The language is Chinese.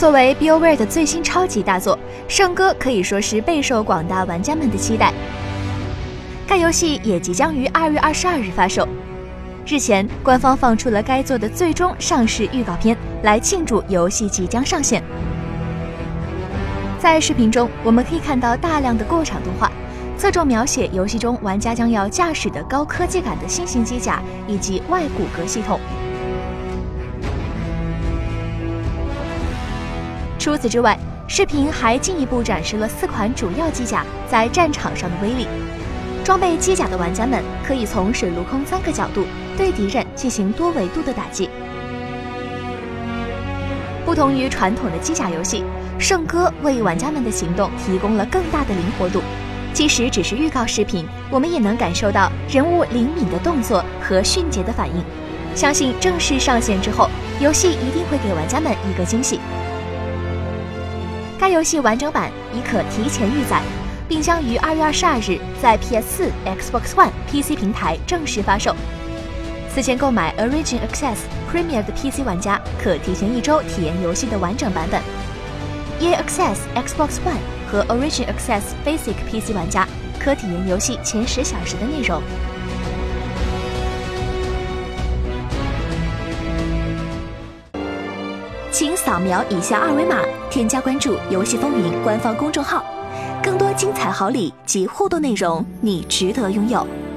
作为 BioWare 的最新超级大作，圣歌可以说是备受广大玩家们的期待。该游戏也即将于2月22日发售。日前，官方放出了该作的最终上市预告片，来庆祝游戏即将上线。在视频中，我们可以看到大量的过场动画，侧重描写游戏中玩家将要驾驶的高科技感的新型机甲以及外骨骼系统。除此之外，视频还进一步展示了4款主要机甲在战场上的威力。装备机甲的玩家们可以从水陆空3个角度对敌人进行多维度的打击。不同于传统的机甲游戏，圣歌为玩家们的行动提供了更大的灵活度。即使只是预告视频，我们也能感受到人物灵敏的动作和迅捷的反应。相信正式上线之后，游戏一定会给玩家们一个惊喜。该游戏完整版已可提前预载，并将于2月22日在 PS4、Xbox One、PC 平台正式发售。此前购买 Origin Access Premier 的 PC 玩家可提前1周体验游戏的完整版本。EA Access、Xbox One 和 Origin Access Basic PC 玩家可体验游戏前10小时的内容。请扫描以下2维码，添加关注“游戏风云”官方公众号，更多精彩好礼及互动内容，你值得拥有。